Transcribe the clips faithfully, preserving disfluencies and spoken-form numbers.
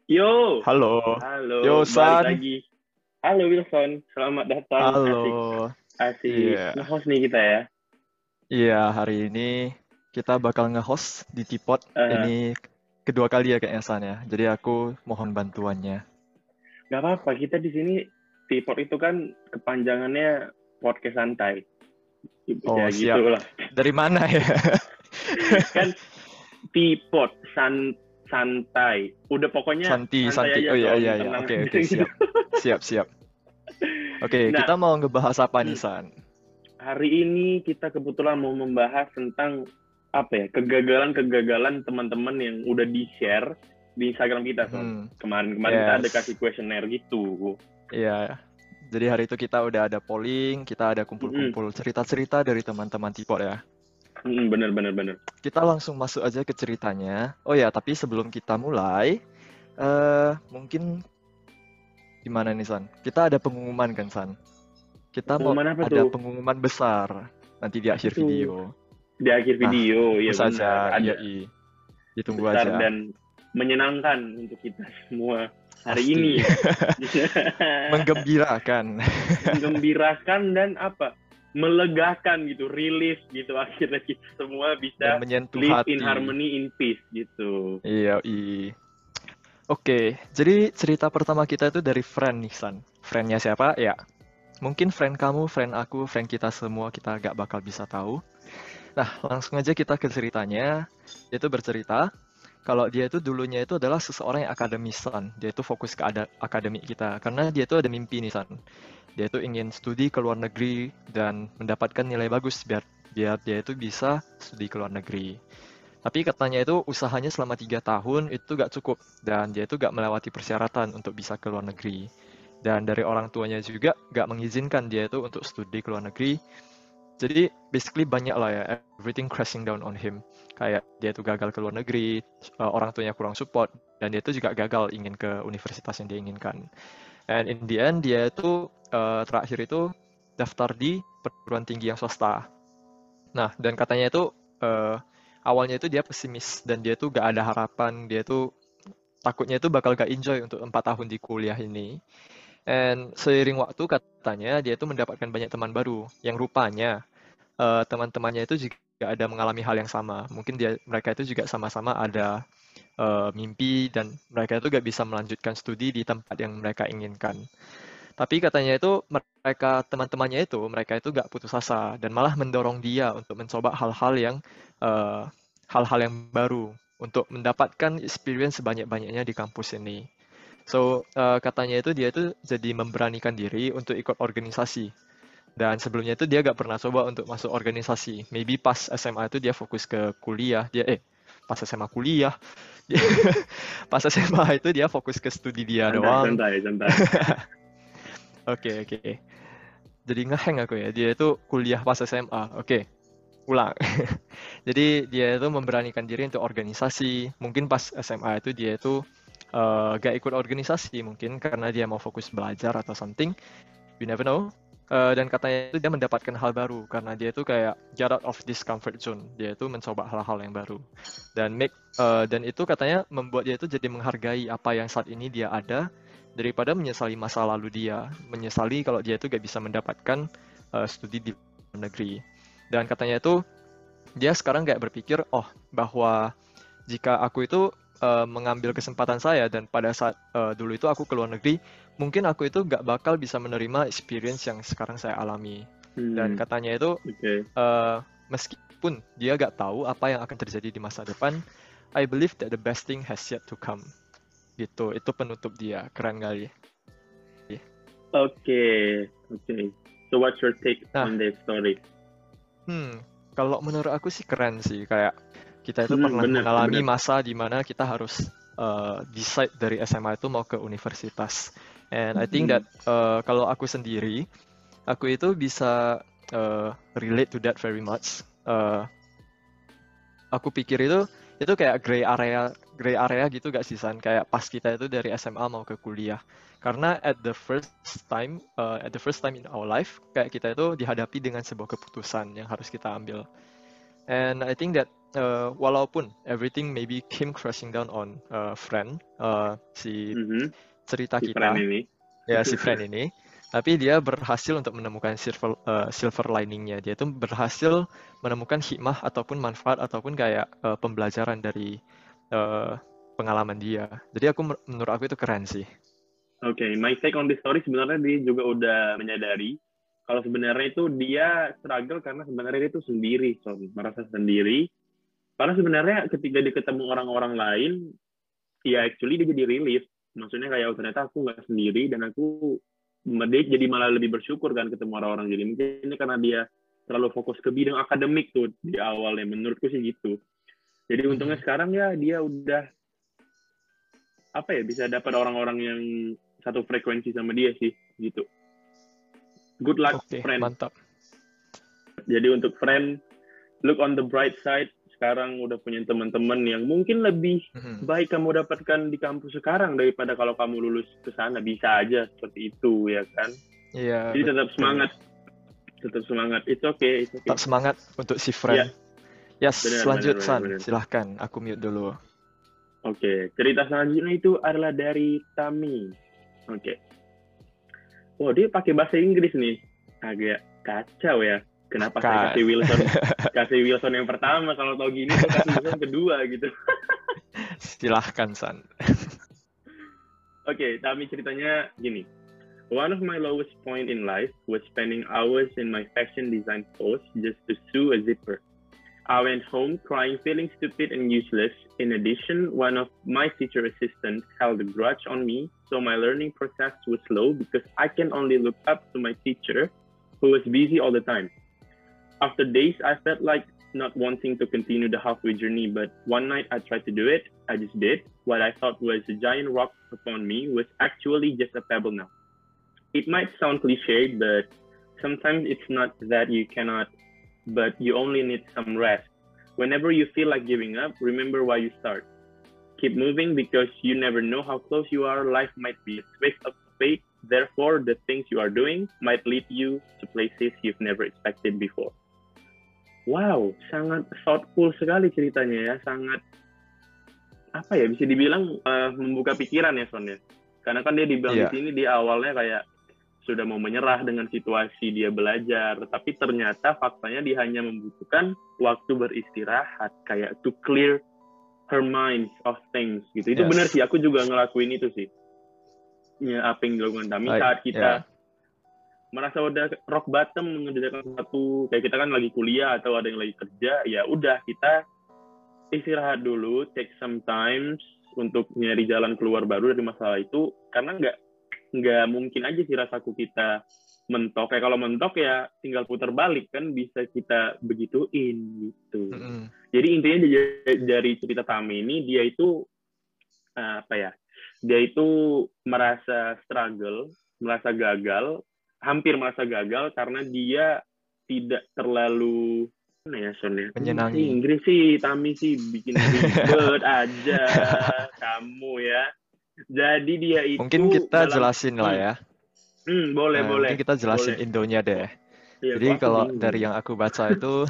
Yo, Halo, yo halo, balik San, lagi. Halo Wilson, selamat datang. Asik, halo. asik. Iya, Nge-host nih kita ya. iya hari ini kita bakal nge-host di Tipot. Eh, Ini kedua kali ya kayaknya San ya. Jadi aku mohon bantuannya. Gak apa-apa, kita di sini T-Pod itu kan kepanjangannya podcast santai. Oh Ya siap. gitulah. Dari mana ya? Kan T-Pod, san, santai. Udah pokoknya Santi, santai Santi. aja Oh iya Son, iya iya. tenang Oke aja oke gitu. siap. Siap siap. Oke, Nah, kita mau ngebahas apa nih hmm, San? hari ini kita kebetulan mau membahas tentang apa ya, kegagalan-kegagalan teman-teman yang udah di-share di Instagram kita, Son. Hmm, Kemarin-kemarin kita ada kasih yes. kuesioner gitu. Iya. Jadi hari itu kita udah ada polling, kita ada Mm-mm. kumpul-kumpul cerita-cerita dari teman-teman Tipot ya. Mm-mm, bener, bener, bener. Kita langsung masuk aja ke ceritanya. Oh ya, tapi sebelum kita mulai, eh mungkin gimana nih San? Kita ada pengumuman kan San? Kita mau Pengumuman apa ada tuh? pengumuman besar nanti di Apa akhir tuh? video. Di akhir Nah, video, tunggu ya benar. saja, iya Ada i, ditunggu besar aja. dan menyenangkan untuk kita semua hari ini. Pasti menggembirakan. Menggembirakan dan apa? Melegakan gitu, relief gitu. Akhirnya kita semua Dan bisa menyentuh live in hati. harmony in peace gitu. Iya i. Oke, jadi cerita pertama kita itu dari friend nih San. Friendnya siapa? Ya, mungkin friend kamu, friend aku, friend kita semua kita gak bakal bisa tahu. Nah, langsung aja kita ke ceritanya. Dia itu bercerita kalau dia itu dulunya itu adalah seseorang yang akademisan. Dia itu fokus ke ada akademik kita. Karena dia itu ada mimpi nih, San. Dia itu ingin studi ke luar negeri dan mendapatkan nilai bagus biar biar dia itu bisa studi ke luar negeri. Tapi katanya itu usahanya selama tiga tahun itu gak cukup. Dan dia itu gak melewati persyaratan untuk bisa ke luar negeri. Dan dari orang tuanya juga gak mengizinkan dia itu untuk studi ke luar negeri. Jadi basically banyak lah ya, everything crashing down on him. Kayak dia tuh gagal ke luar negeri, uh, orang tuanya kurang support, dan dia tuh juga gagal ingin ke universitas yang dia inginkan. And in the end dia itu uh, terakhir itu daftar di perguruan tinggi yang swasta. Nah, dan katanya itu uh, awalnya itu dia pesimis dan dia tuh gak ada harapan, dia tuh takutnya itu bakal gak enjoy untuk empat tahun di kuliah ini. And seiring waktu katanya dia itu mendapatkan banyak teman baru yang rupanya eh, teman-temannya itu juga ada mengalami hal yang sama. Mungkin dia mereka itu juga sama-sama ada eh, mimpi dan mereka itu gak bisa melanjutkan studi di tempat yang mereka inginkan. Tapi katanya itu mereka teman-temannya itu mereka itu gak putus asa dan malah mendorong dia untuk mencoba hal-hal yang eh, hal-hal yang baru untuk mendapatkan experience sebanyak-banyaknya di kampus ini. So, eh, katanya itu dia itu jadi memberanikan diri untuk ikut organisasi dan sebelumnya itu dia gak pernah coba untuk masuk organisasi. Maybe pas S M A itu dia fokus ke kuliah. Dia eh pas S M A kuliah. Dia, pas S M A itu dia fokus ke studi dia Santai, doang. santai, santai. Oke, oke. Jadi ngeheng aku ya. Dia itu kuliah pas S M A. Oke, ulang. Jadi dia itu memberanikan diri untuk organisasi. Mungkin pas S M A itu dia itu eh, gak ikut organisasi mungkin karena dia mau fokus belajar atau something. You never know. Eh, dan katanya itu dia mendapatkan hal baru karena dia itu kayak get out of this comfort zone. Dia itu mencoba hal-hal yang baru dan make eh, dan itu katanya membuat dia itu jadi menghargai apa yang saat ini dia ada daripada menyesali masa lalu dia, menyesali kalau dia itu gak bisa mendapatkan eh, studi di luar negeri. Dan katanya itu dia sekarang kayak berpikir, oh bahwa jika aku itu uh, mengambil kesempatan saya dan pada saat uh, dulu itu aku ke luar negeri, mungkin aku itu gak bakal bisa menerima experience yang sekarang saya alami. Dan Hmm, katanya itu oke. uh, meskipun dia gak tahu apa yang akan terjadi di masa depan, I believe that the best thing has yet to come. Gitu, itu penutup dia, keren kali. Oke, oke. So what's your take Nah, on this story? hmm, kalau menurut aku sih keren sih, kayak kita itu Hmm, pernah bener sih, mengalami bener. masa di mana kita harus uh, decide dari S M A itu mau ke universitas. And I think Hmm, that uh, kalau aku sendiri, aku itu bisa uh, relate to that very much. Uh, aku pikir itu itu kayak gray area gray area gitu gak sih San? Kayak pas kita itu dari S M A mau ke kuliah. Karena at the first time, uh, at the first time in our life, kayak kita itu dihadapi dengan sebuah keputusan yang harus kita ambil. And I think that uh, walaupun everything maybe came crashing down on uh, friend uh, si Mhm. cerita Si friend kita, ini. ya si friend ini, tapi dia berhasil untuk menemukan silver uh, silver liningnya. Dia tuh berhasil menemukan hikmah ataupun manfaat ataupun kayak uh, pembelajaran dari uh, pengalaman dia. Jadi aku menurut aku itu keren sih. Oke, okay, my take on this story sebenarnya dia juga udah menyadari kalau sebenarnya itu dia struggle karena sebenarnya dia itu sendiri, so, merasa sendiri. Karena sebenarnya ketika dia ketemu orang-orang lain, ya actually dia jadi relief. Maksudnya kayak oh, ternyata aku nggak sendiri dan aku dia jadi malah lebih bersyukur kan ketemu orang-orang. Jadi mungkin ini karena dia terlalu fokus ke bidang akademik tuh di awalnya, menurutku sih gitu. Jadi untungnya Mm-hmm. sekarang ya dia udah apa ya bisa dapat orang-orang yang satu frekuensi sama dia sih gitu. Good luck, Oke, friend. mantap. Jadi untuk friend, look on the bright side. Sekarang udah punya teman-teman yang mungkin lebih Mm-hmm. baik kamu dapatkan di kampus sekarang daripada kalau kamu lulus ke sana. Bisa aja seperti itu ya kan. Iya. Jadi tetap betul. semangat, tetap semangat. It's okay, it's okay. Tetap semangat untuk si friend. Ya. Yes, Benar, lanjut benar, San. benar. Silahkan, aku mute dulu. Oke, cerita selanjutnya itu adalah dari Tami. Oke. Oh, dia pakai bahasa Inggris nih. Agak kacau ya. Kenapa Bukan. saya kasih Wilson kasih Wilson yang pertama, kalau tau gini saya kasih Wilson kedua gitu. Silahkan San. Oke, okay, Tami ceritanya gini. One of my lowest point in life was spending hours in my fashion design course just to sew a zipper. I went home crying, feeling stupid and useless. In addition, one of my teacher assistants held a grudge on me, so my learning process was slow because I can only look up to my teacher, who was busy all the time. After days, I felt like not wanting to continue the halfway journey, but one night I tried to do it. I just did. What I thought was a giant rock upon me was actually just a pebble now. It might sound cliche, but sometimes it's not that you cannot, but you only need some rest. Whenever you feel like giving up, remember why you start. Keep moving because you never know how close you are. Life might be a twist of fate. Therefore, the things you are doing might lead you to places you've never expected before. Wow, sangat thoughtful sekali ceritanya ya. Sangat, apa ya, bisa dibilang uh, membuka pikiran ya, Son ya. Karena kan dia dibilang yeah. di sini di awalnya kayak sudah mau menyerah dengan situasi dia belajar. Tapi ternyata faktanya dia hanya membutuhkan waktu beristirahat. Kayak to clear her mind of things gitu. Itu yes. benar sih, aku juga ngelakuin itu sih. Ya, apa yang dilakukan Tami saat kita... Yeah. merasa udah rock bottom mengerjakan sesuatu, kayak kita kan lagi kuliah atau ada yang lagi kerja, ya udah kita istirahat dulu, take some time untuk nyari jalan keluar baru dari masalah itu, karena nggak nggak mungkin aja sih rasaku kita mentok. Kayak kalau mentok ya tinggal putar balik kan bisa kita begituin gitu. Mm-hmm. Jadi intinya dari cerita Tami ini dia itu apa ya? Dia itu merasa struggle, merasa gagal. hampir merasa gagal karena dia tidak terlalu mana ya Son ya menyenangi. Inggris sih Tami sih bikin ribet aja kamu ya. Jadi dia itu mungkin kita dalam, jelasin hmm, lah ya. Hmm, boleh nah, boleh. Mungkin kita jelasin boleh. Indonya deh. Ya, jadi kalau bingung. Dari yang aku baca itu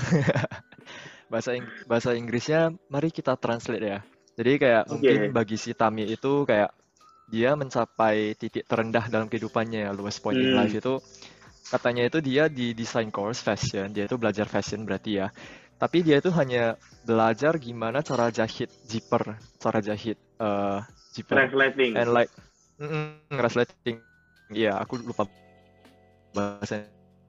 bahasa Ing bahasa Inggrisnya mari kita translate ya. Jadi kayak okay. mungkin bagi si Tami itu kayak dia mencapai titik terendah dalam kehidupannya, lowest point hmm. in life itu katanya itu dia di design course fashion, dia itu belajar fashion berarti ya. Tapi dia itu hanya belajar gimana cara jahit zipper, cara jahit uh, zipper. Translating. And like, mm, translating. Iya, aku lupa bahasa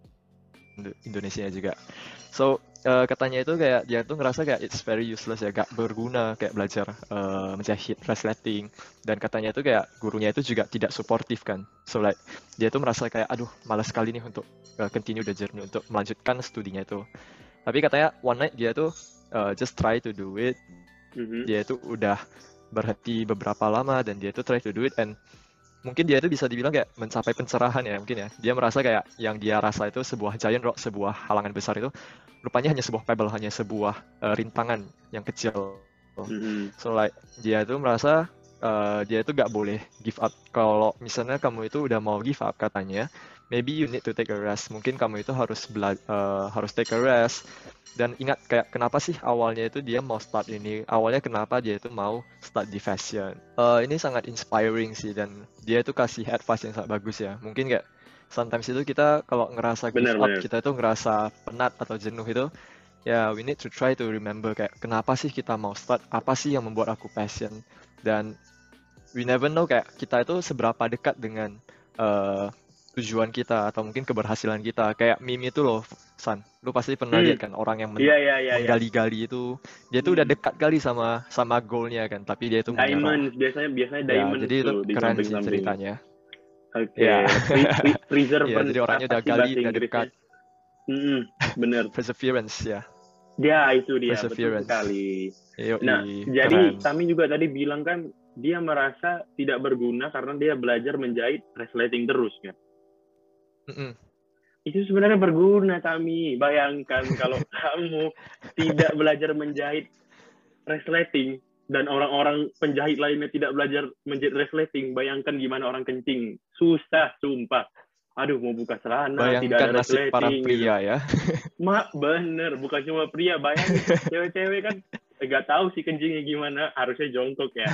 Indonesia juga. So uh, katanya itu kayak dia tuh ngerasa kayak it's very useless ya, gak berguna kayak belajar uh, menjahit, translating, dan katanya itu kayak gurunya itu juga tidak suportif kan. So like dia tuh merasa kayak aduh malas sekali nih untuk uh, continue the journey, untuk melanjutkan studinya itu. Tapi katanya one night dia tuh uh, just try to do it. Mm-hmm. Dia tuh udah berhenti beberapa lama dan dia tuh try to do it, and mungkin dia itu bisa dibilang kayak mencapai pencerahan ya mungkin ya. Dia merasa kayak yang dia rasa itu sebuah giant rock, sebuah halangan besar itu rupanya hanya sebuah pebble, hanya sebuah uh, rintangan yang kecil. Mm-hmm. So like dia itu merasa uh, dia itu gak boleh give up. Kalau misalnya kamu itu udah mau give up katanya, maybe you need to take a rest. Mungkin kamu itu harus bela uh, harus take a rest. Dan ingat kayak kenapa sih awalnya itu dia mau start ini? Awalnya kenapa dia itu mau start di fashion? Uh, ini sangat inspiring sih dan dia itu kasih advice yang sangat bagus ya. Mungkin kayak sometimes itu kita kalau ngerasa give Benar, up, benar. kita itu ngerasa penat atau jenuh itu, ya we need to try to remember kayak kenapa sih kita mau start? Apa sih yang membuat aku passion? Dan we never know kayak kita itu seberapa dekat dengan uh, tujuan kita atau mungkin keberhasilan kita. Kayak meme itu loh, San. Lu pasti pernah Hmm. lihat kan orang yang men- Iya, iya, iya, iya. menggali-gali itu, dia tuh udah Hmm. dekat kali sama sama goalnya kan, tapi dia itu menyerah. Diamonds, biasanya biasanya Ya, diamonds jadi itu tuh di keren sih samping-samping. ceritanya. Oke, Ya, Pre- pre- perseverance, ya jadi orangnya apa udah sih gali, bahasa udah Inggrisnya? dekat. Hmm, bener. Perseverance ya, Ya, itu dia, betul perseverance. sekali. Yoi, Nah, jadi keren. kami juga tadi bilang kan dia merasa tidak berguna karena dia belajar menjahit resleting terus kan. Mm-mm. Itu sebenarnya berguna kami. Bayangkan kalau kamu tidak belajar menjahit resleting dan orang-orang penjahit lainnya tidak belajar menjahit resleting, bayangkan gimana orang kencing. Susah, sumpah. Aduh, mau buka celana, tidak Bayangkan ada nasib para resleting gitu. pria ya. Mak, bener. Bukan cuma pria. Bayangin, cewek-cewek kan nggak tahu sih kencingnya gimana. Harusnya jongkok ya.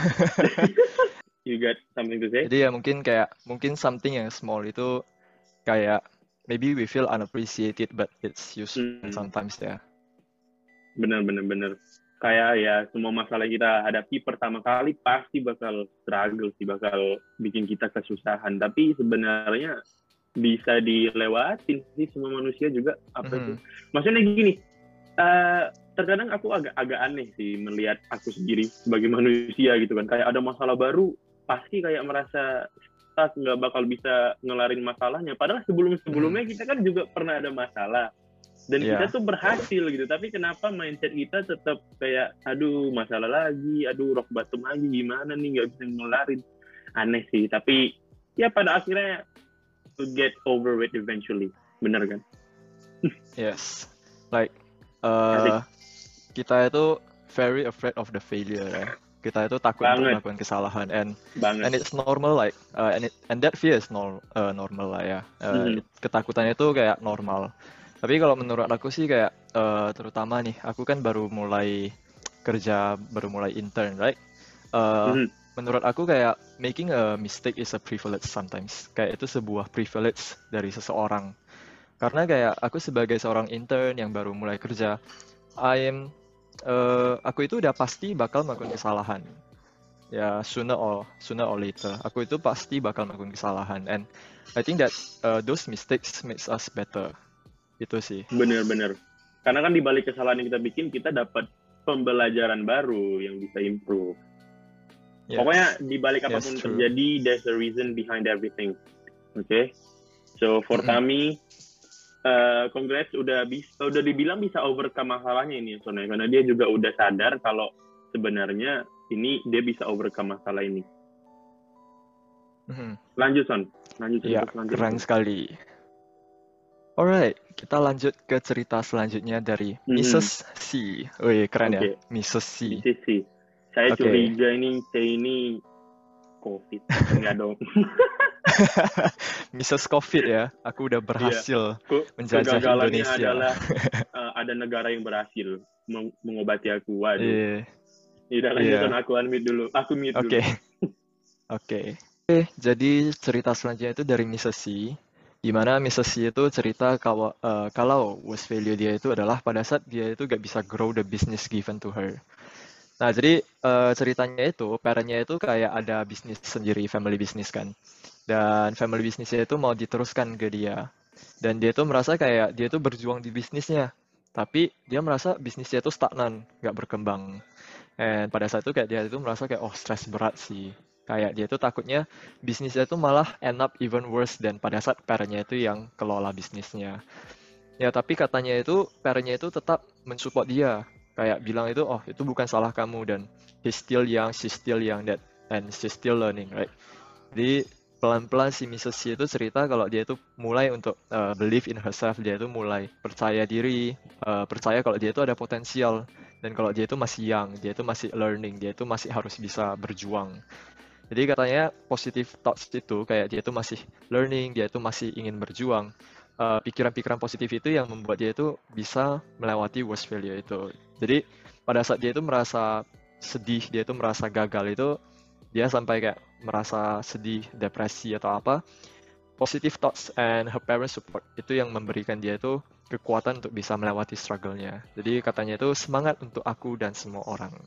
You got something to say? Jadi ya mungkin kayak mungkin something yang small itu kayak maybe we feel unappreciated but it's useful Hmm. sometimes ya. Bener, bener, bener. Kayak ya semua masalah yang kita hadapi pertama kali pasti bakal struggle sih, bakal bikin kita kesusahan. Tapi sebenarnya bisa dilewatin sih semua manusia juga. Apa sih? Mhm. Maksudnya gini, eh, terkadang aku agak agak aneh sih melihat aku sendiri sebagai manusia gitu kan. Kayak ada masalah baru, pasti kayak merasa stuck, nggak bakal bisa ngelarin masalahnya. Padahal sebelum-sebelumnya kita kan juga pernah ada masalah. Dan Iya. kita tuh berhasil gitu. Tapi kenapa mindset kita tetap kayak, aduh masalah lagi, aduh rock bottom lagi, gimana nih, nggak bisa ngelarin. Aneh sih, tapi ya pada akhirnya to get over it eventually. Bener kan? Yes. Like uh, kita itu very afraid of the failure ya. Kita itu takut untuk Banget. melakukan kesalahan and Banget. and it's normal like uh, and it, and that fear is nor, uh, normal lah ya. Uh, Mhm. Ketakutannya itu kayak normal. Tapi kalau menurut aku sih kayak uh, terutama nih, aku kan baru mulai kerja, baru mulai intern, right? Uh, Mhm. Menurut aku kayak making a mistake is a privilege sometimes. Kayak itu sebuah privilege dari seseorang. Karena kayak aku sebagai seorang intern yang baru mulai kerja, I am uh, aku itu udah pasti bakal melakukan kesalahan. Ya sooner or sooner or later, aku itu pasti bakal melakukan kesalahan. And I think that uh, those mistakes makes us better. Itu sih. Bener-bener. Karena kan di balik kesalahan yang kita bikin, kita dapat pembelajaran baru yang bisa improve. Yes. Pokoknya di balik Yes, apapun true. terjadi, there's a reason behind everything. Oke. Okay? So for Mhm. kami, uh, congrats udah bisa, udah dibilang bisa overcome masalahnya ini, Sonia. Karena dia juga udah sadar kalau sebenarnya ini dia bisa overcome masalah ini. Mhm. Lanjut, Son. Lanjut Iya, cerita selanjutnya. keren sekali. Alright, kita lanjut ke cerita selanjutnya dari Mhm. Missus C. Wih, keren Oke. ya, Missus C. Di sisi. Saya Oke. curiga ini C ini COVID. Enggak dong. Missus Covid ya, aku udah berhasil Ke- menjajah Kegagalannya Indonesia. adalah uh, ada negara yang berhasil meng- mengobati aku. Waduh. Iya, Udah lanjut, iya. Son. Aku unmute dulu. Aku mute Oke, dulu. oke. Oke, jadi cerita selanjutnya itu dari Missus C, di mana Missus C itu cerita kalau eh, kalau worst failure dia itu adalah pada saat dia itu gak bisa grow the business given to her. Nah, jadi eh, ceritanya itu, parentnya itu kayak ada bisnis sendiri, family business kan. Dan family bisnisnya itu mau diteruskan ke dia. Dan dia itu merasa kayak dia itu berjuang di bisnisnya. Tapi dia merasa bisnisnya itu stagnan, gak berkembang. And pada saat itu kayak dia itu merasa kayak, oh stres berat sih. Kayak dia itu takutnya bisnisnya itu malah end up even worse dan pada saat parentnya itu yang kelola bisnisnya. Ya, tapi katanya itu parentnya itu tetap mensupport dia. Kayak bilang itu, oh itu bukan salah kamu dan he's still young, she's still young, that and she's still learning, right? Jadi pelan-pelan si Missus C itu cerita kalau dia itu mulai untuk uh, believe in herself, dia itu mulai percaya diri, uh, percaya kalau dia itu ada potensial dan kalau dia itu masih young, dia itu masih learning, dia itu masih harus bisa berjuang. Jadi katanya positive thoughts itu kayak dia itu masih learning, dia itu masih ingin berjuang. Uh, pikiran-pikiran positif itu yang membuat dia itu bisa melewati worst failure itu. Jadi pada saat dia itu merasa sedih, dia itu merasa gagal itu, dia sampai kayak merasa sedih, depresi atau apa, positive thoughts and her parents support itu yang memberikan dia itu kekuatan untuk bisa melewati struggle-nya. Jadi katanya itu semangat untuk aku dan semua orang.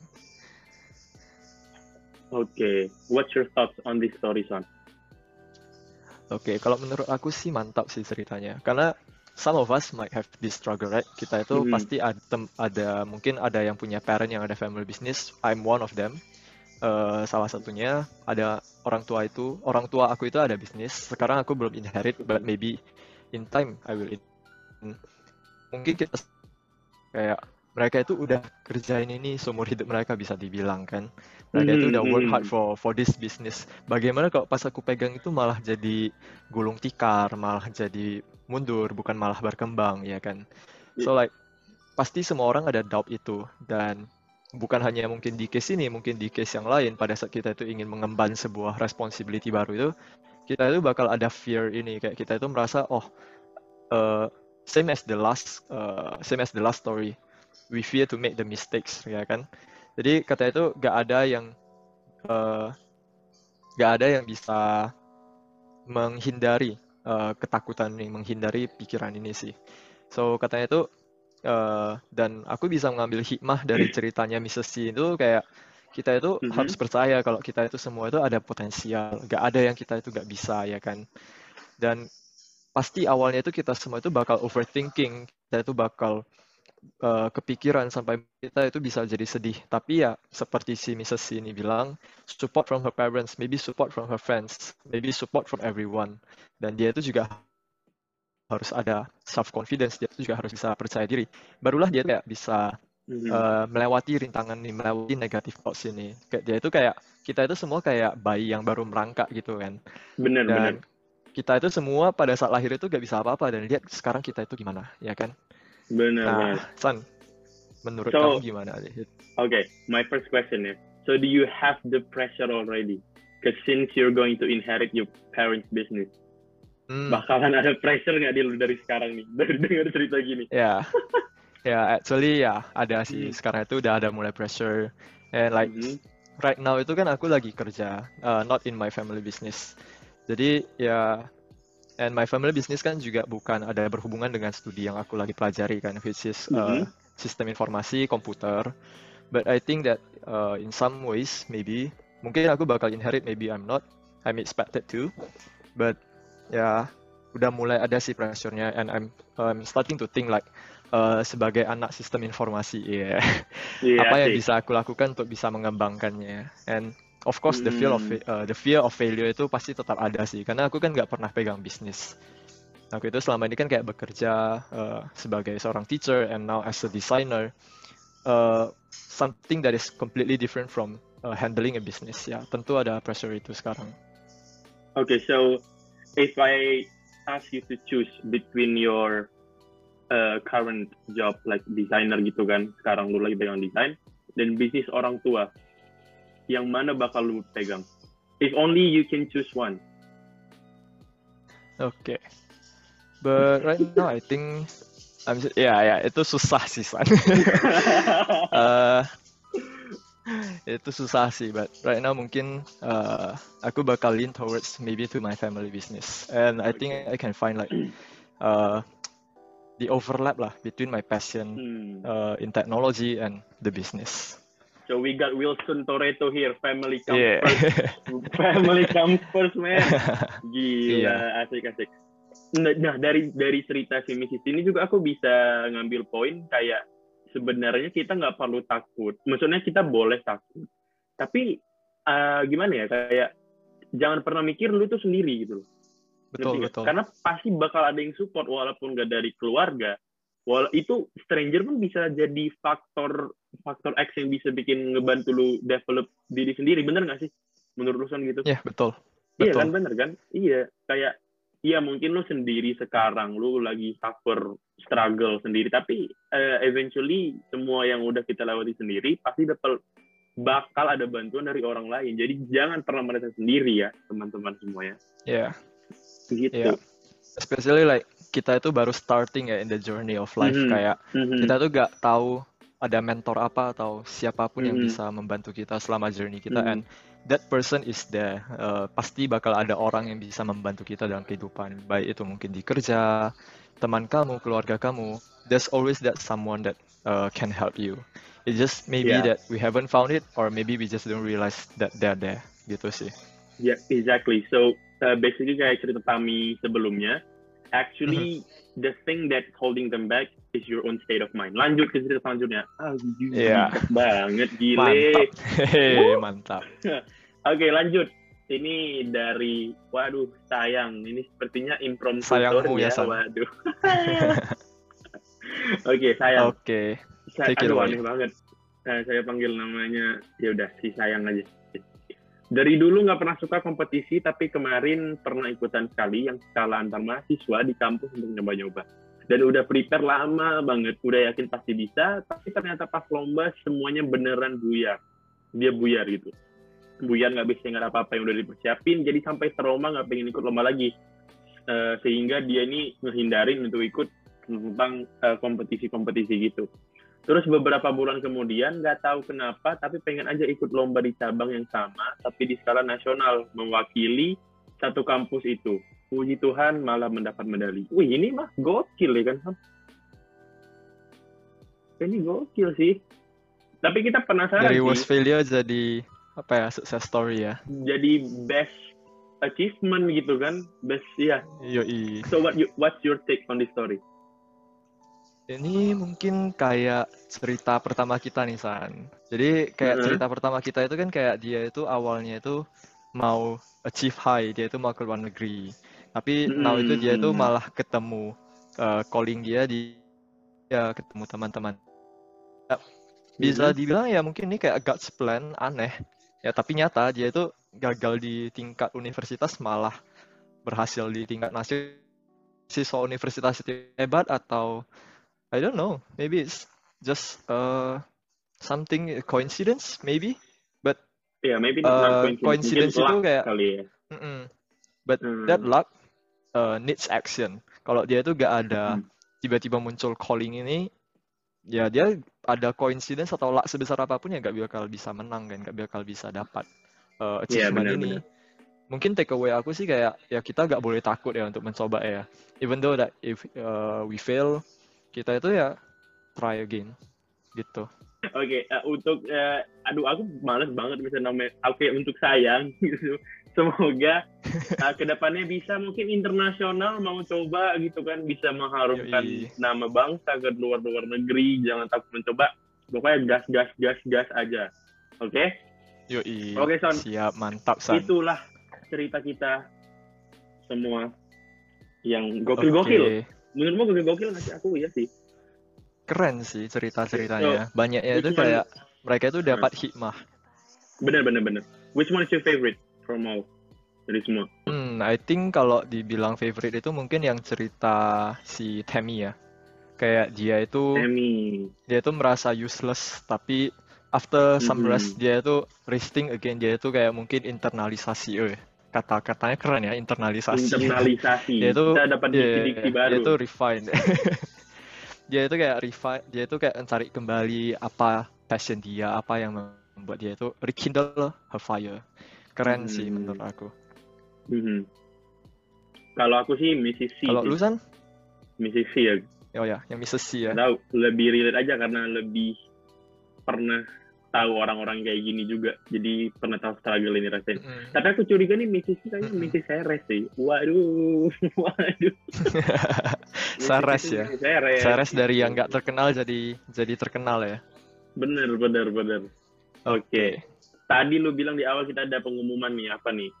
Oke, okay. What's your thoughts on this story, Son? Oke, okay, kalau menurut aku sih mantap sih ceritanya. Karena some of us might have this struggle, right? Kita itu mm-hmm. pasti ada, ada, mungkin ada yang punya parent yang ada family business. I'm one of them. Uh, salah satunya ada orang tua itu, orang tua aku itu ada bisnis. Sekarang aku belum inherit, but maybe in time I will. In. Mungkin kita kayak mereka itu udah kerjain ini seumur hidup mereka bisa dibilang kan. Mereka itu udah work hard for for this business. Bagaimana kalau pas aku pegang itu malah jadi gulung tikar, malah jadi mundur, bukan malah berkembang, ya kan? So like pasti semua orang ada doubt itu, dan bukan hanya mungkin di case ini, mungkin di case yang lain pada saat kita itu ingin mengemban sebuah responsibility baru itu, kita itu bakal ada fear ini, kayak kita itu merasa oh uh, same as the last uh, same as the last story. We fear to make the mistakes, ya kan? Jadi kata itu gak ada yang uh, gak ada yang bisa menghindari uh, ketakutan ini, menghindari pikiran ini sih. So katanya itu uh, dan aku bisa mengambil hikmah dari ceritanya missus C itu kayak kita itu mm-hmm. harus percaya kalau kita itu semua itu ada potensial, gak ada yang kita itu gak bisa, ya kan? Dan pasti awalnya itu kita semua itu bakal overthinking, kita itu bakal Uh, kepikiran sampai kita itu bisa jadi sedih. Tapi ya seperti si missus C ini bilang, support from her parents, maybe support from her friends, maybe support from everyone. Dan dia itu juga harus ada self confidence, dia itu juga harus bisa percaya diri. Barulah dia kayak bisa mm-hmm. uh, melewati rintangan ini, melewati negative thoughts ini. Kayak dia itu kayak kita itu semua kayak bayi yang baru merangkak gitu kan. Benar, benar. Kita itu semua pada saat lahir itu gak bisa apa-apa, dan lihat sekarang kita itu gimana, ya kan? Benar, nah, benar. San, menurut so, kamu gimana? Oke, okay, my first question is, so do you have the pressure already? Because since you're going to inherit your parents' business, hmm. bakalan ada pressure nggak di lu dari sekarang nih, dari dengar cerita gini? Ya, yeah. ya, yeah, actually ya, yeah, ada sih. Hmm. Sekarang itu udah ada mulai pressure, and like mm-hmm. right now itu kan aku lagi kerja, uh, not in my family business. Jadi ya. And my family business kan juga bukan ada berhubungan dengan studi yang aku lagi pelajari kan, which is uh, mm-hmm. sistem informasi komputer. But I think that uh, in some ways maybe mungkin aku bakal inherit, maybe I'm not, I'm expected to. But ya udah mulai ada sih pressure-nya, and I'm um, starting to think like uh, sebagai anak sistem informasi, ya yeah. yeah, apa yang bisa aku lakukan untuk bisa mengembangkannya. And of course, the fear of uh, the fear of failure itu pasti tetap ada sih, karena aku kan nggak pernah pegang bisnis. Aku itu selama ini kan kayak bekerja uh, sebagai seorang teacher, and now as a designer, uh, something that is completely different from uh, handling a business. Ya, tentu ada pressure itu sekarang. Okay, so if I ask you to choose between your uh, current job like designer gitu kan, sekarang lu lagi pegang desain, dan bisnis orang tua, yang mana bakal lu pegang? If only you can choose one. Okay. But right now I think I'm ya yeah, ya yeah, itu susah sih San. uh, itu susah sih, but right now mungkin uh, aku bakal lean towards maybe to my family business, and I think I can find like uh, the overlap lah between my passion hmm. uh, in technology and the business. So we got Wilson Toretto here, family comes yeah. first. Family comes first, man. Gila, yeah. asik-asik. Nah, dari dari cerita si missus ini juga aku bisa ngambil poin kayak sebenarnya kita nggak perlu takut. Maksudnya kita boleh takut. Tapi uh, gimana ya, kayak jangan pernah mikir lu tuh sendiri gitu. Betul, betul. Karena pasti bakal ada yang support walaupun nggak dari keluarga. Walaupun itu stranger pun bisa jadi faktor faktor X yang bisa bikin ngebantu lu develop diri sendiri, bener nggak sih? Menurut lu Son gitu? Iya, yeah, betul. Iya betul. kan, bener kan? Iya, kayak iya mungkin lu sendiri sekarang, lu lagi suffer, struggle sendiri, tapi uh, eventually semua yang udah kita lewati sendiri pasti bakal bakal ada bantuan dari orang lain. Jadi jangan pernah merasa sendiri ya, teman-teman semua ya. Yeah, Gitu. yeah. Especially like kita itu baru starting ya in the journey of life. Mhm, Kayak mhm, kita tuh gak tahu ada mentor apa atau siapapun yang mhm, bisa membantu kita selama journey kita, mhm. and that person is there. Uh, pasti bakal ada orang yang bisa membantu kita dalam kehidupan. Baik itu mungkin di kerja, teman kamu, keluarga kamu. There's always that someone that uh, can help you. It's just maybe Yeah, that we haven't found it, or maybe we just don't realize that they're there. Gitu sih. yeah, exactly. So uh, basically kayak cerita kami sebelumnya, Mhm. actually the thing that holding them back is your own state of mind. Lanjut ke cerita selanjutnya. Ah, Iya. bijak banget, gile. Mantap. Hehe, Wuh. mantap. Oke, lanjut. Ini dari, waduh, sayang. Ini sepertinya impromptu Sayangmu story ya, ya, San. waduh. Oke, sayang. Oke, Sa- take it aduh, away. aneh banget. Nah, saya panggil namanya, ya udah, si sayang aja. Dari dulu nggak pernah suka kompetisi, tapi kemarin pernah ikutan sekali yang skala antar mahasiswa di kampus untuk nyoba-nyoba. Dan udah prepare lama banget, udah yakin pasti bisa, tapi ternyata pas lomba semuanya beneran buyar. Dia buyar gitu. Buyar nggak bisa ingat apa-apa yang udah dipersiapin, jadi sampai trauma nggak pengen ikut lomba lagi. Uh, sehingga dia ini ngehindarin untuk ikut tentang uh, kompetisi-kompetisi gitu. Terus beberapa bulan kemudian, nggak tahu kenapa, tapi pengen aja ikut lomba di cabang yang sama, tapi di skala nasional, mewakili satu kampus itu. Puji Tuhan malah mendapat medali. Wih, ini mah gokil ya kan, Sam? Ini gokil sih. Tapi kita penasaran Dari sih, worst failure jadi apa ya, success story ya. jadi best achievement gitu kan, best ya. Yoi. So what you, what's your take on this story? Ini mungkin kayak cerita pertama kita nih, San. Jadi kayak Heeh. cerita pertama kita itu kan kayak dia itu awalnya itu mau achieve high, dia itu mau ke luar negeri. Tapi now itu dia itu Hmm. malah ketemu uh, calling dia di ya ketemu teman-teman. Bisa Mhm. dibilang ya mungkin ini kayak God's plan, aneh. Ya tapi nyata dia itu gagal di tingkat universitas malah berhasil di tingkat nasional. Siswa universitas itu hebat atau I don't know, maybe it's just uh, something coincidence maybe, but Ya, maybe not, not uh, coincidence. coincidence Mungkin itu luck kayak, kali ya. mm-mm. But Hmm. that luck uh, needs action. Kalau dia itu gak ada Hmm. tiba-tiba muncul calling ini, ya dia ada coincidence atau luck sebesar apapun ya gak bakal bisa menang kan, gak bakal bisa dapat uh, Iya, achievement ini. benar-benar. Mungkin take away aku sih kayak ya kita gak boleh takut ya untuk mencoba ya. Even though that if uh, we fail, kita itu ya try again gitu. Oke, uh, untuk uh, aduh aku males banget bisa namanya. Oke, untuk sayang gitu. Semoga uh, kedepannya bisa mungkin internasional mau coba gitu kan, bisa mengharumkan Yoi. nama bangsa ke luar-luar negeri. Jangan takut mencoba. Pokoknya gas gas gas gas aja. Oke? Yoi. Oke, Son. Siap, mantap, San. Itulah cerita kita semua yang gokil-gokil. Oke. Menurutmu gokil-gokil nggak sih? Aku ya sih. Keren sih cerita-ceritanya. Banyaknya Which itu one? kayak mereka itu dapat hikmah. Bener bener bener. Which one is your favorite from all dari semua? Hmm, I think kalau dibilang favorite itu mungkin yang cerita si Tammy ya. Kayak dia itu Emmy. dia itu merasa useless tapi after some Mhm. rest dia itu resting again, dia itu kayak mungkin internalisasi. Eh, kata-katanya keren ya, internalisasi. Internalisasi. Dia itu Kita dapat yeah, diksi-diksi dia baru. itu refine. Dia itu kayak refine, dia itu kayak mencari kembali apa passion dia, apa yang membuat dia itu rekindle her fire. Keren sih Hmm. menurut aku. Mhm. Kalau aku sih Missus C. Kalau sih. lu San? Missus C ya. Oh ya, yang Missus C ya. Nggak tahu, lebih relate aja karena lebih pernah tahu orang-orang kayak gini juga. Jadi pernah tahu struggle ini rasain. Mm-mm. Tapi aku curiga nih Missus C kayaknya Mm-mm. Missus Ceres sih. Waduh. Waduh. Sares ya. Missus Ceres. Sares dari yang nggak terkenal jadi jadi terkenal ya. Bener, bener, bener. Oke. Oke. Tadi lu bilang di awal kita ada pengumuman nih, apa nih?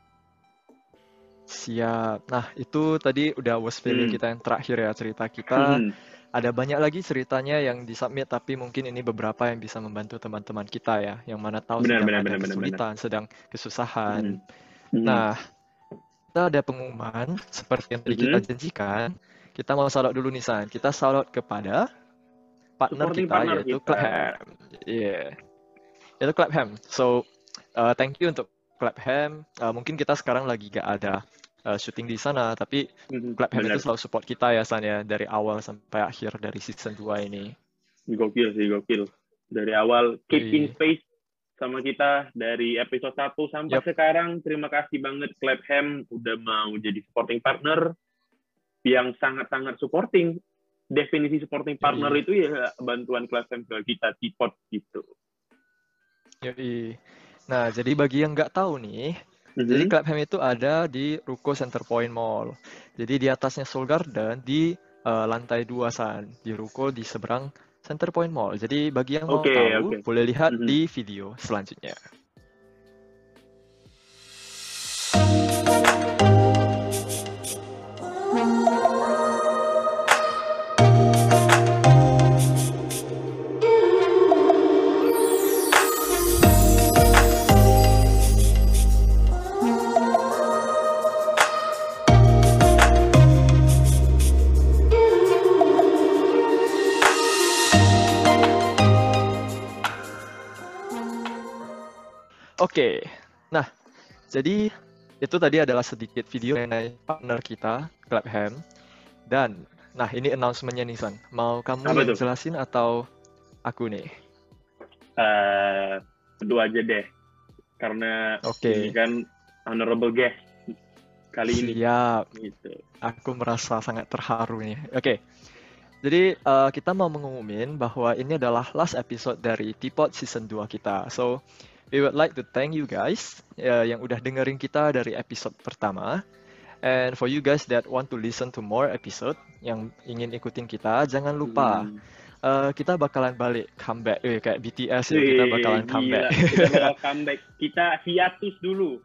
Siap. Nah, itu tadi udah worst failure Hmm. kita yang terakhir ya, cerita kita. Hmm. Ada banyak lagi ceritanya yang disubmit, tapi mungkin ini beberapa yang bisa membantu teman-teman kita ya, yang mana tahu Benar, sedang benar, ada benar, benar, kesulitan, sedang kesusahan. Hmm. Hmm. Nah, kita ada pengumuman seperti yang tadi kita Mhm. janjikan. Kita mau shout out dulu nih, San. Kita shout out kepada partner Supporting kita, partner yaitu kita. Clapham. Iya. Itu Clapham. So, uh, thank you untuk Clapham. Uh, mungkin kita sekarang lagi gak ada uh, syuting di sana, tapi Mhm, Clapham itu bener. selalu support kita ya, San ya, dari awal sampai akhir dari season dua ini. Gokil sih, gokil. Dari awal keep in Yoi. space sama kita dari episode satu sampai Yup. sekarang. Terima kasih banget Clapham udah mau jadi supporting partner yang sangat-sangat supporting. Definisi supporting partner Yoi. itu ya bantuan Clapham ke kita T-Pod gitu. Yoi. Nah, jadi bagi yang nggak tahu nih, Mhm. jadi Clapham itu ada di Ruko Center Point Mall. Jadi di atasnya Soul Garden di uh, lantai dua San, di Ruko di seberang Center Point Mall. Jadi bagi yang mau Oke, tahu, oke. boleh lihat Mhm. di video selanjutnya. Oke, nah jadi itu tadi adalah sedikit video mengenai partner kita, Clapham. Dan, nah ini announcement-nya nih San. Mau kamu Apa yang tuh? jelasin atau aku nih? Uh, kedua aja deh. Karena Oke. ini kan honorable guest kali ini. Siap. Gitu. Aku merasa sangat terharu nih. Oke. Jadi uh, kita mau mengumumin bahwa ini adalah last episode dari T-Pod Season dua kita. So, we would like to thank you guys uh, yang udah dengerin kita dari episode pertama. And for you guys that want to listen to more episode, yang ingin ikutin kita, jangan lupa Hmm. uh, kita bakalan balik comeback, eh, kayak B T S ya, kita bakalan Wih, comeback. gila. Kita bakal comeback. Kita hiatus dulu.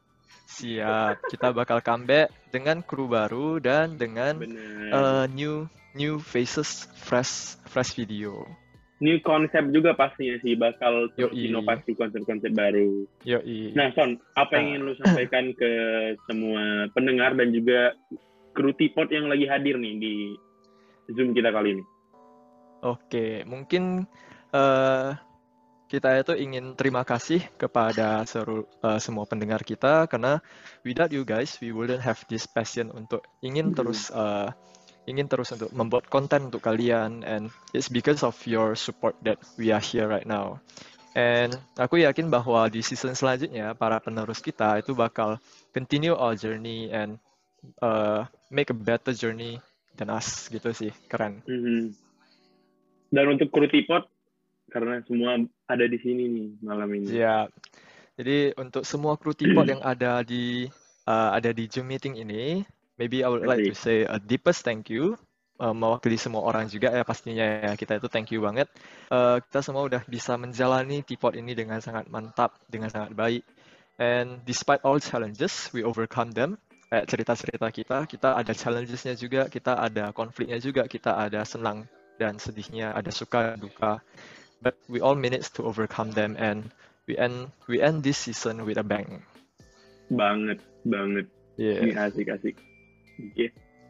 Siap, kita bakal comeback dengan kru baru dan dengan Bener. uh, new new faces, fresh fresh video. New konsep juga pastinya sih, bakal terus Yoi. inovasi konsep-konsep baru. Yoi. Nah, Son, apa yang ingin lu sampaikan ke semua pendengar dan juga kru T-Pod yang lagi hadir nih di Zoom kita kali ini? Oke, mungkin uh, kita itu ingin terima kasih kepada seru, uh, semua pendengar kita, karena without you guys, we wouldn't have this passion untuk ingin Hmm. terus uh, ingin terus untuk membuat konten untuk kalian, and it's because of your support that we are here right now. And aku yakin bahwa di season selanjutnya para penerus kita itu bakal continue our journey and uh, make a better journey than us, gitu sih. Keren. Hmm. Dan untuk kru T-Pod, karena semua ada di sini nih malam ini. Siap. Jadi untuk semua kru T-Pod yang ada di uh, ada di Zoom meeting ini, maybe I would like to say a deepest thank you, uh, mewakili semua orang juga ya pastinya ya, kita itu thank you banget. Uh, kita semua udah bisa menjalani T-Pod ini dengan sangat mantap, dengan sangat baik. And despite all challenges, we overcome them. Kayak cerita-cerita kita, kita ada challenges-nya juga, kita ada konfliknya juga, kita ada senang dan sedihnya, ada suka duka. But we all managed to overcome them, and we end we end this season with a bang. Banget, banget. Yeah. Ini asik-asik. Oke.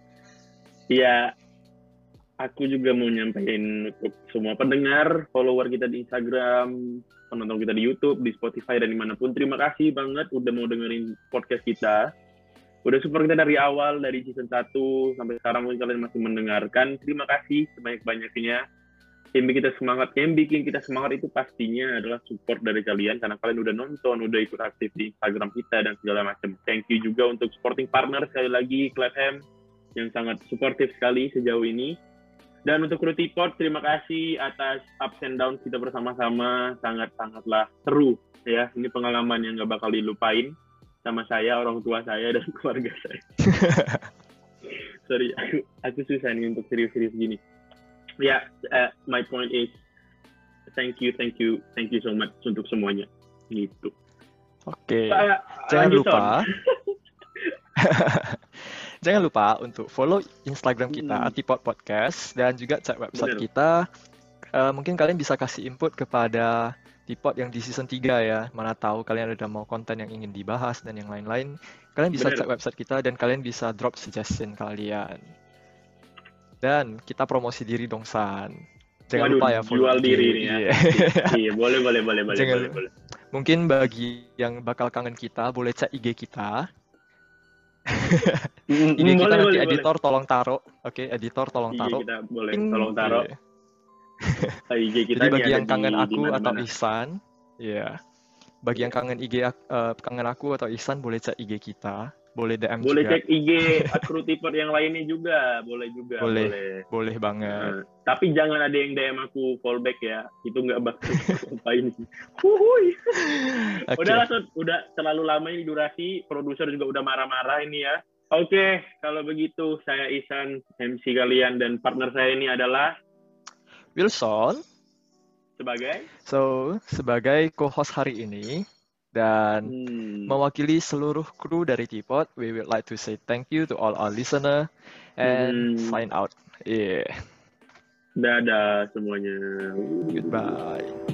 Ya, aku juga mau nyampein untuk semua pendengar, follower kita di Instagram, penonton kita di YouTube, di Spotify, dan dimanapun. Terima kasih banget udah mau dengerin podcast kita. Udah support kita dari awal, dari season satu sampai sekarang mungkin kalian masih mendengarkan. Terima kasih sebanyak-banyaknya. Yang bikin kita semangat, yang bikin kita semangat itu pastinya adalah support dari kalian, karena kalian udah nonton, udah ikut aktif di Instagram kita dan segala macam. Thank you juga untuk supporting partner sekali lagi, Clapham, yang sangat supportive sekali sejauh ini. Dan untuk kru T-Pod, terima kasih atas ups and downs kita bersama-sama, sangat-sangatlah seru ya. Ini pengalaman yang gak bakal dilupain sama saya, orang tua saya, dan keluarga saya. Sorry, aku, aku susah nih untuk serius-serius gini. Ya, yeah, uh, my point is thank you, thank you, thank you so much untuk semuanya. Gitu. Oke. Okay. Uh, Jangan lupa. Jangan lupa untuk follow Instagram kita hmm. T-Pod Podcast dan juga cek website Bener. kita. Uh, mungkin kalian bisa kasih input kepada T-Pod yang di season tiga ya. Mana tahu kalian ada mau konten yang ingin dibahas dan yang lain-lain. Kalian bisa Bener. cek website kita dan kalian bisa drop suggestion kalian. Dan kita promosi diri dong, San. Jangan Waduh, lupa ya follow jual I G. diri nih ya. Iya. Iya, boleh, boleh, boleh, boleh, Jangan boleh, lupa. boleh. Mungkin bagi yang bakal kangen kita, boleh cek I G kita. Mm, I G kita boleh, nanti boleh, boleh. editor tolong taruh. Oke, editor tolong I G taruh. kita boleh, Ping. tolong taruh. Iya. I G kita Jadi nih bagi ada yang kangen di di aku atau mana-mana. Ihsan, ya. Bagi yang Iya. kangen I G ak- eh, kangen aku atau Ihsan boleh cek I G kita, boleh D M Boleh juga. cek I G Akrutiper yang lainnya juga, boleh juga, Boleh, boleh. boleh banget. Heeh. Tapi jangan ada yang D M aku fallback ya, itu nggak bakal ngapain sih. Wuhui. Oke. Udahlah, Sud. Udah terlalu lama ini durasi, produser juga udah marah-marah ini ya. Oke, kalau begitu saya Ihsan, M C kalian, dan partner saya ini adalah Wilson, sebagai so sebagai co-host hari ini dan hmm, mewakili seluruh kru dari Teapot, we would like to say thank you to all our listener and hmm, sign out. Yeah, dadah semuanya. goodbye.